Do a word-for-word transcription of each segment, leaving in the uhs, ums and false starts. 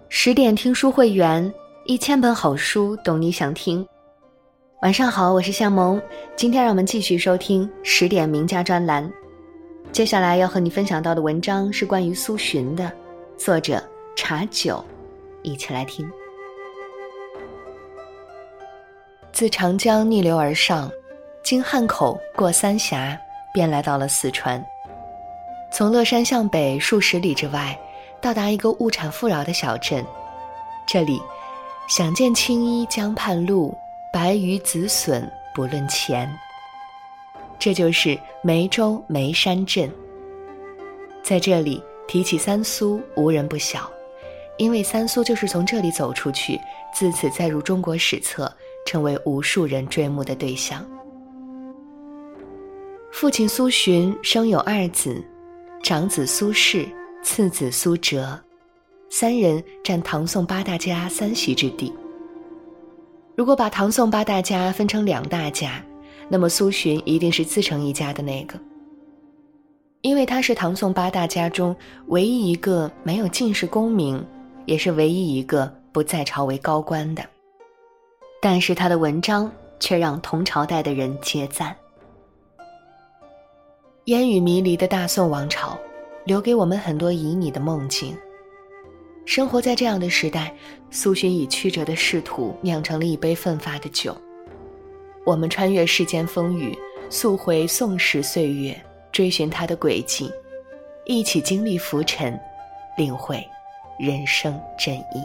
十点听书会员，一千本好书，懂你想听。晚上好，我是夏萌，今天让我们继续收听十点名家专栏。接下来要和你分享到的文章是关于苏洵的，作者茶酒，一起来听。自长江逆流而上，经汉口过三峡，便来到了四川。从乐山向北数十里之外，到达一个物产富饶的小镇，这里想见青衣江畔路，白鱼子笋不论钱。这就是梅州梅山镇。在这里提起三苏，无人不晓，因为三苏就是从这里走出去，自此载入中国史册，成为无数人追慕的对象。父亲苏洵生有二子，长子苏轼，次子苏辙，三人占唐宋八大家三席之地。如果把唐宋八大家分成两大家，那么苏洵一定是自成一家的那个，因为他是唐宋八大家中唯一一个没有进士功名，也是唯一一个不在朝为高官的。但是他的文章却让同朝代的人皆赞。烟雨迷离的大宋王朝留给我们很多旖旎的梦境。生活在这样的时代，苏洵以曲折的仕途酿成了一杯奋发的酒。我们穿越世间风雨，溯回宋时岁月，追寻他的轨迹，一起经历浮沉，领会人生真意。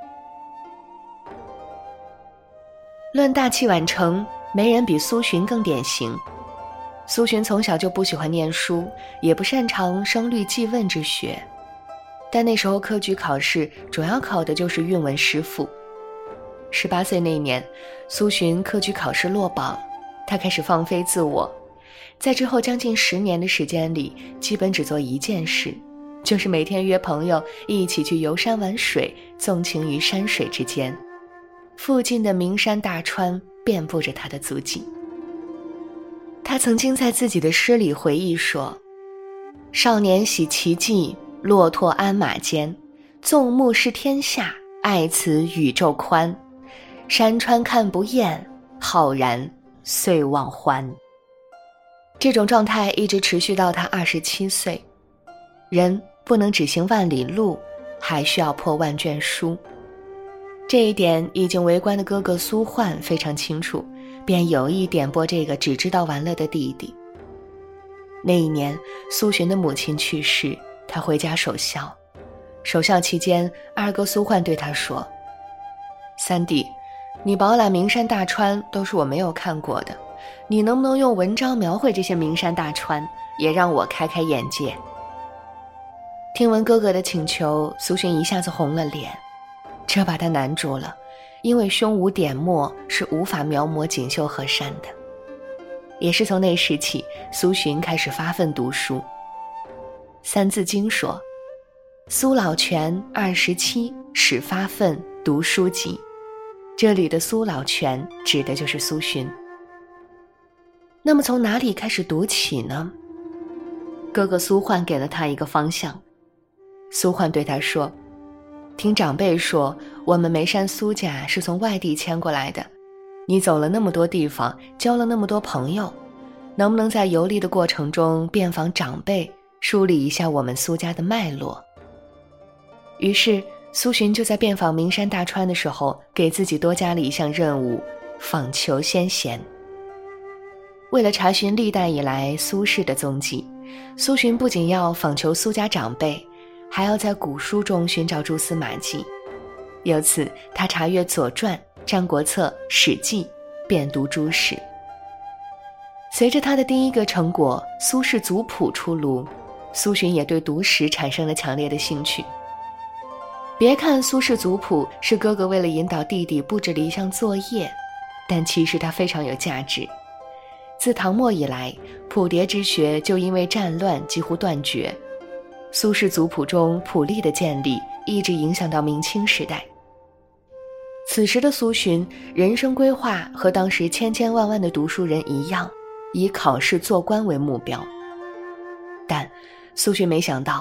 论大器晚成，没人比苏洵更典型。苏洵从小就不喜欢念书，也不擅长声律记问之学，但那时候科举考试主要考的就是韵文诗赋。十八岁那年，苏洵科举考试落榜，他开始放飞自我，在之后将近十年的时间里，基本只做一件事，就是每天约朋友一起去游山玩水，纵情于山水之间。附近的名山大川遍布着他的足迹。他曾经在自己的诗里回忆说：少年喜奇迹，骆驼鞍马间，纵目视天下，爱此宇宙宽。山川看不厌，浩然遂忘欢。这种状态一直持续到他二十七岁。人不能只行万里路，还需要破万卷书。这一点已经为官的哥哥苏焕非常清楚，便有意点拨这个只知道玩乐的弟弟。那一年，苏洵的母亲去世，他回家守孝。守孝期间，二哥苏焕对他说：三弟，你饱览名山大川都是我没有看过的，你能不能用文章描绘这些名山大川，也让我开开眼界？听闻哥哥的请求，苏洵一下子红了脸，这把他难住了，因为胸无点墨是无法描摹锦绣河山的。也是从那时起，苏洵开始发奋读书。三字经说：苏老泉二十七，始发奋读书籍。这里的苏老泉指的就是苏洵。那么从哪里开始读起呢？哥哥苏焕给了他一个方向。苏焕对他说：听长辈说，我们梅山苏家是从外地迁过来的，你走了那么多地方，交了那么多朋友，能不能在游历的过程中遍访长辈，梳理一下我们苏家的脉络？于是苏洵就在遍访名山大川的时候，给自己多加了一项任务，访求先贤。为了查询历代以来苏轼的踪迹，苏洵不仅要访求苏家长辈，还要在古书中寻找蛛丝马迹。由此他查阅《左传》《战国策》《史记》，遍读诸史。随着他的第一个成果《苏轼族谱》出炉，苏洵也对读史产生了强烈的兴趣。别看《苏轼族谱》是哥哥为了引导弟弟布置了一项作业，但其实它非常有价值。自唐末以来，谱牒之学就因为战乱几乎断绝。苏轼族谱中谱例的建立一直影响到明清时代。此时的苏洵人生规划和当时千千万万的读书人一样，以考试做官为目标。但苏洵没想到，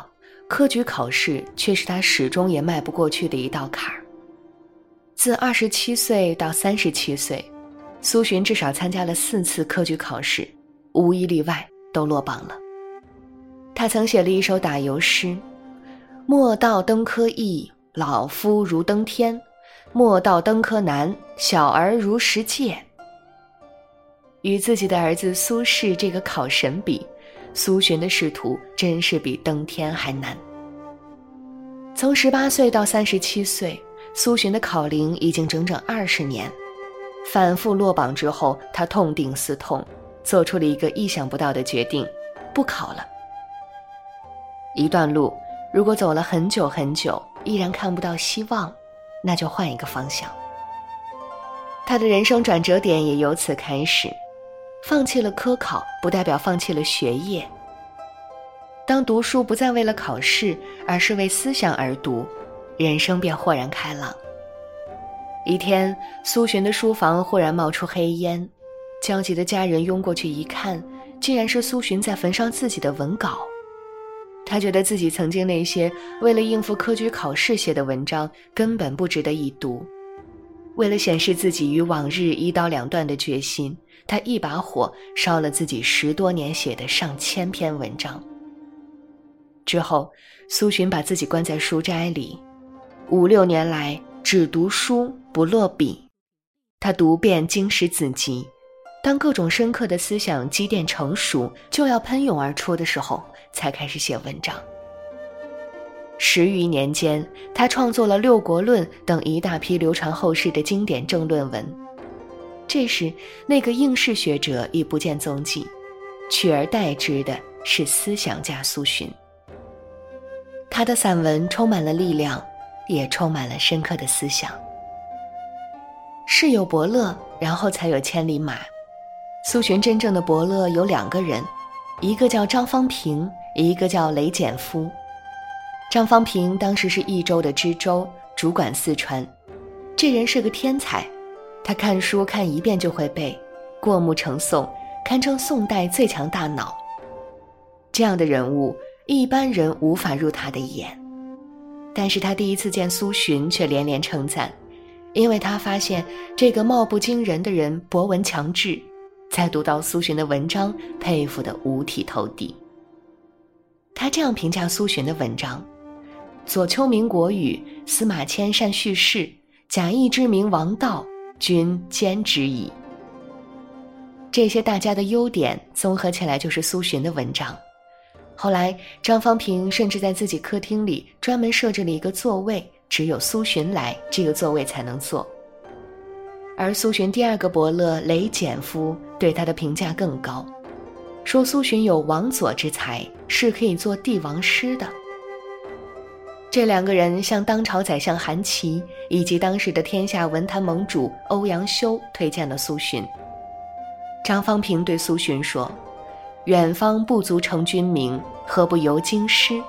科举考试却是他始终也迈不过去的一道坎儿。自二十七岁到三十七岁，苏洵至少参加了四次科举考试，无一例外都落榜了。他曾写了一首打油诗：莫道登科易，老夫如登天；莫道登科难，小儿如识界。与自己的儿子苏轼这个考神比，苏洵的仕途真是比登天还难。从十八岁到三十七岁，苏洵的考龄已经整整二十年。反复落榜之后，他痛定思痛，做出了一个意想不到的决定，不考了。一段路如果走了很久很久，依然看不到希望，那就换一个方向。他的人生转折点也由此开始。放弃了科考，不代表放弃了学业。当读书不再为了考试，而是为思想而读，人生便豁然开朗。一天，苏洵的书房忽然冒出黑烟，焦急的家人拥过去一看，竟然是苏洵在焚烧自己的文稿。他觉得自己曾经那些为了应付科举考试写的文章根本不值得一读。为了显示自己与往日一刀两断的决心，他一把火烧了自己十多年写的上千篇文章。之后，苏洵把自己关在书斋里，五六年来只读书不落笔。他读遍经史子集，当各种深刻的思想积淀成熟，就要喷涌而出的时候，才开始写文章。十余年间，他创作了《六国论》等一大批流传后世的经典政论文。这时，那个应试学者已不见踪迹，取而代之的是思想家苏洵。他的散文充满了力量，也充满了深刻的思想。世有伯乐，然后才有千里马。苏洵真正的伯乐有两个人，一个叫张方平，一个叫雷简夫。张方平当时是益州的知州，主管四川。这人是个天才，他看书看一遍就会背，过目成诵，堪称宋代最强大脑。这样的人物，一般人无法入他的眼。但是他第一次见苏洵却连连称赞，因为他发现这个貌不惊人的人博闻强志，在读到苏洵的文章，佩服得五体投地。他这样评价苏洵的文章：左丘明国语，司马迁善叙事，贾谊之名王道，君兼之矣。这些大家的优点综合起来就是苏洵的文章。后来张方平甚至在自己客厅里专门设置了一个座位，只有苏洵来，这个座位才能坐。而苏洵第二个伯乐雷简夫对他的评价更高，说苏洵有王佐之才，是可以做帝王师的。这两个人向当朝宰相韩琦以及当时的天下文坛盟主欧阳修推荐了苏洵。张方平对苏洵说：远方不足成君名，何不游京师？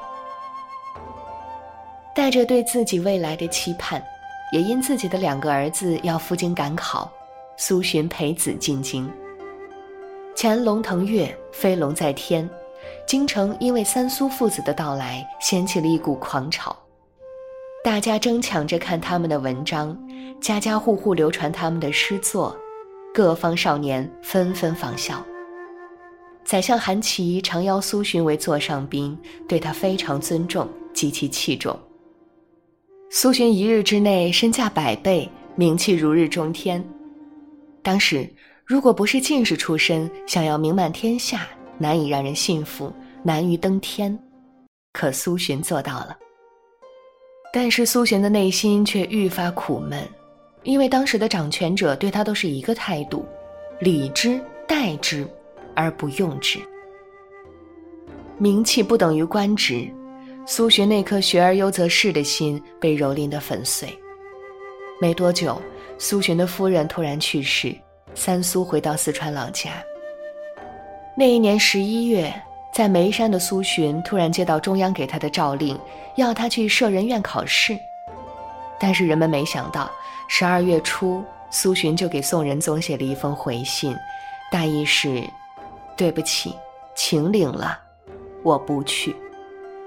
带着对自己未来的期盼，也因自己的两个儿子要赴京赶考，苏洵陪子进京。前龙腾跃，飞龙在天，京城因为三苏父子的到来，掀起了一股狂潮。大家争抢着看他们的文章，家家户户流传他们的诗作，各方少年纷纷仿效。宰相韩琦常邀苏洵为座上宾，对他非常尊重，极其器重。苏洵一日之内身价百倍，名气如日中天。当时如果不是进士出身，想要名满天下，难以让人信服，难于登天。可苏洵做到了。但是苏洵的内心却愈发苦闷，因为当时的掌权者对他都是一个态度：礼之待之，而不用之。名气不等于官职，苏洵那颗学而优则仕的心被蹂躏得粉碎。没多久，苏洵的夫人突然去世，三苏回到四川老家。那一年十一月，在眉山的苏洵突然接到中央给他的诏令，要他去舍人院考试。但是人们没想到，十二月初，苏洵就给宋仁宗写了一封回信，大意是：对不起，请领了，我不去。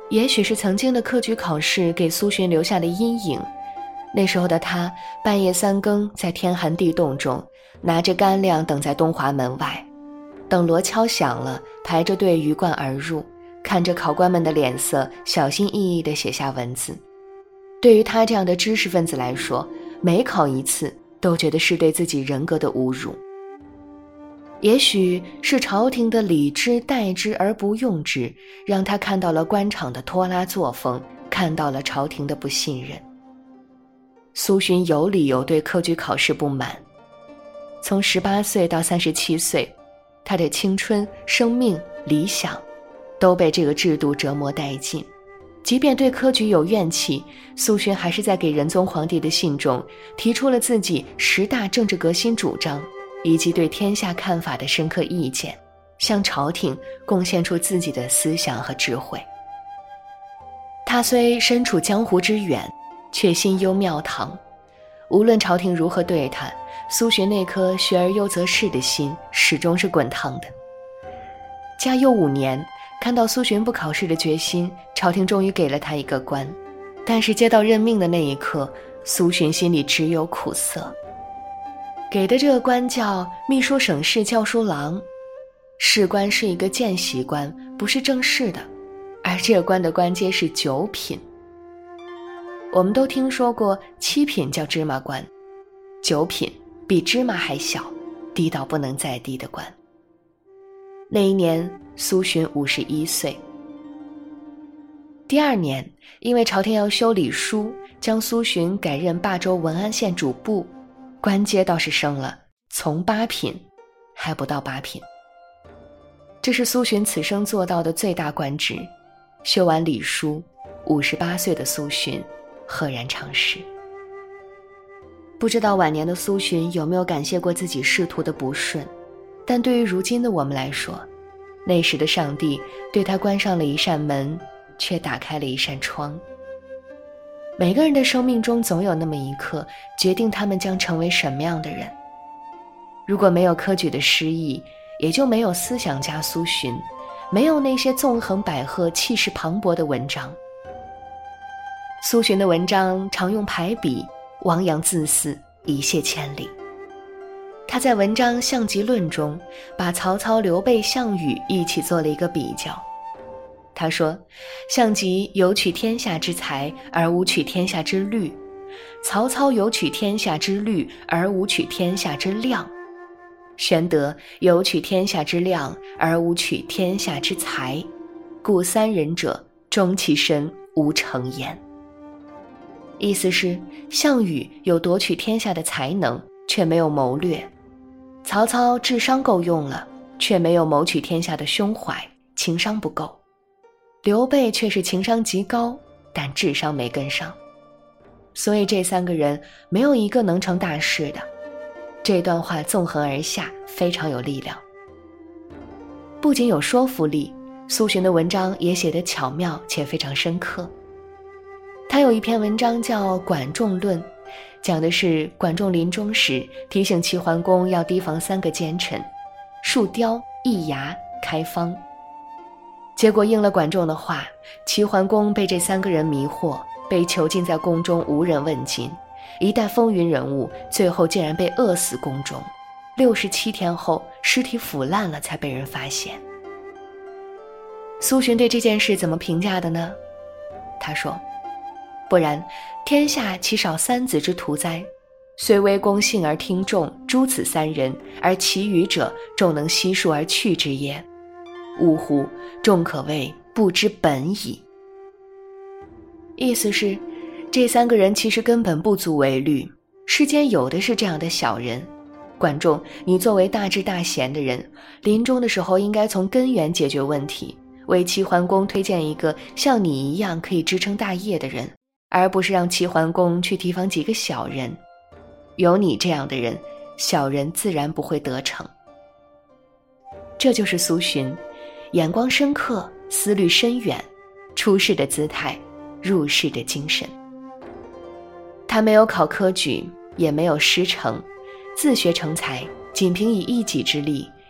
也许是曾经的科举考试给苏洵留下的阴影，那时候的他半夜三更在天寒地冻中拿着干粮等在东华门外，等锣敲响了，排着队鱼贯而入，看着考官们的脸色，小心翼翼地写下文字。对于他这样的知识分子来说，每考一次都觉得是对自己人格的侮辱。也许是朝廷的礼之待之而不用之，让他看到了官场的拖拉作风，看到了朝廷的不信任。苏洵有理由对科举考试不满。从十八岁到三十七岁，他的青春、生命、理想都被这个制度折磨殆尽。即便对科举有怨气，苏洵还是在给仁宗皇帝的信中提出了自己十大政治革新主张以及对天下看法的深刻意见，向朝廷贡献出自己的思想和智慧。他虽身处江湖之远，却心忧庙堂。无论朝廷如何对他，苏洵那颗学而优则仕的心始终是滚烫的。嘉佑五年，看到苏洵不考试的决心，朝廷终于给了他一个官。但是接到任命的那一刻，苏洵心里只有苦涩。给的这个官叫秘书省事校书郎，士官是一个见习官，不是正式的，而这个官的官阶是九品。我们都听说过七品叫芝麻官，九品比芝麻还小，低到不能再低的官。那一年苏洵五十一岁。第二年，因为朝廷要修礼书，将苏洵改任霸州文安县主簿，官阶倒是升了，从八品还不到八品。这是苏洵此生做到的最大官职。修完礼书，五十八岁的苏洵赫然长逝。不知道晚年的苏洵有没有感谢过自己仕途的不顺，但对于如今的我们来说，那时的上帝对他关上了一扇门，却打开了一扇窗。每个人的生命中总有那么一刻，决定他们将成为什么样的人。如果没有科举的失意，也就没有思想家苏洵，没有那些纵横捭阖、气势磅礴的文章。苏洵的文章常用排比，汪洋恣肆，一泻千里。他在文章《项籍论》中，把曹操、刘备、项羽一起做了一个比较。他说，项籍有取天下之才，而无取天下之虑；曹操有取天下之虑，而无取天下之量；玄德有取天下之量，而无取天下之才。故三人者，终其身无成焉。意思是，项羽有夺取天下的才能，却没有谋略；曹操智商够用了，却没有谋取天下的胸怀，情商不够；刘备却是情商极高，但智商没跟上。所以这三个人没有一个能成大事的。这段话纵横而下，非常有力量。不仅有说服力，苏洵的文章也写得巧妙且非常深刻。他有一篇文章叫《管仲论》，讲的是管仲临终时提醒齐桓公要提防三个奸臣：树雕、易牙、开方。结果应了管仲的话，齐桓公被这三个人迷惑，被囚禁在宫中，无人问津。一代风云人物，最后竟然被饿死宫中，六十七天后尸体腐烂了才被人发现。苏洵对这件事怎么评价的呢？他说，不然天下岂少三子之徒哉？虽微公信而听众，诸此三人，而其余者众能悉数而去之耶？呜呼，众可谓不知本矣。意思是，这三个人其实根本不足为虑，世间有的是这样的小人。管仲，你作为大智大贤的人，临终的时候应该从根源解决问题，为齐桓公推荐一个像你一样可以支撑大业的人，而不是让齐桓公去提防几个小人。有你这样的人，小人自然不会得逞。这就是苏洵，眼光深刻，思虑深远，出世的姿态，入世的精神。他没有考科举，也没有师承，自学成才，仅凭以一己之力，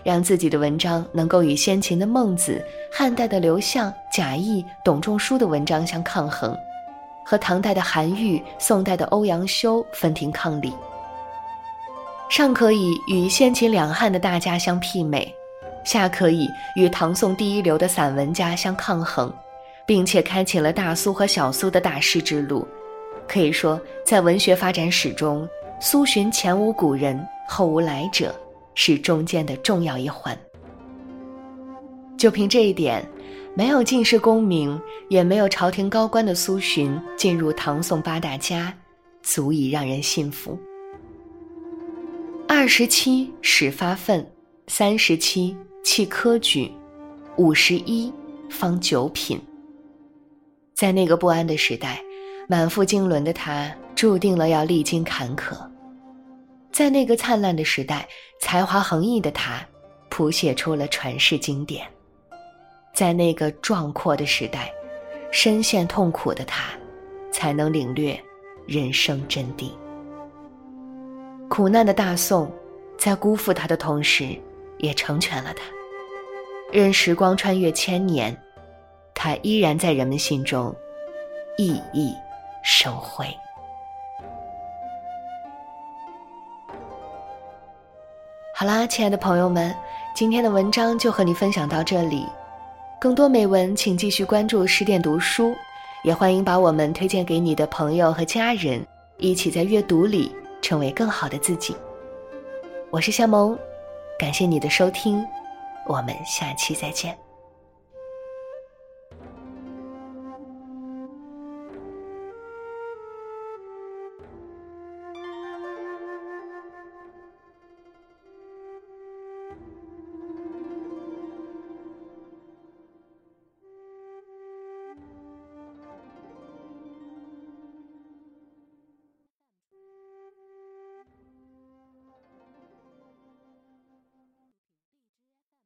让自己的文章能够与先秦的孟子、汉代的刘向、贾谊、董仲舒的文章相抗衡，和唐代的韩愈、宋代的欧阳修分庭抗礼。上可以与先秦两汉的大家相媲美，下可以与唐宋第一流的散文家相抗衡，并且开启了大苏和小苏的大师之路。可以说，在文学发展史中，苏洵前无古人，后无来者，是中间的重要一环。就凭这一点，没有进士功名，也没有朝廷高官的苏洵进入唐宋八大家，足以让人信服。二十七始发愤，三十七弃科举，五十一方九品。在那个不安的时代，满腹经纶的他注定了要历经坎坷。在那个灿烂的时代，才华横溢的他谱写出了传世经典。在那个壮阔的时代，深陷痛苦的他才能领略人生真谛。苦难的大宋在辜负他的同时，也成全了他。任时光穿越千年，他依然在人们心中熠熠生辉。好啦，亲爱的朋友们，今天的文章就和你分享到这里。更多美文请继续关注十点读书，也欢迎把我们推荐给你的朋友和家人，一起在阅读里成为更好的自己。我是夏萌，感谢你的收听，我们下期再见。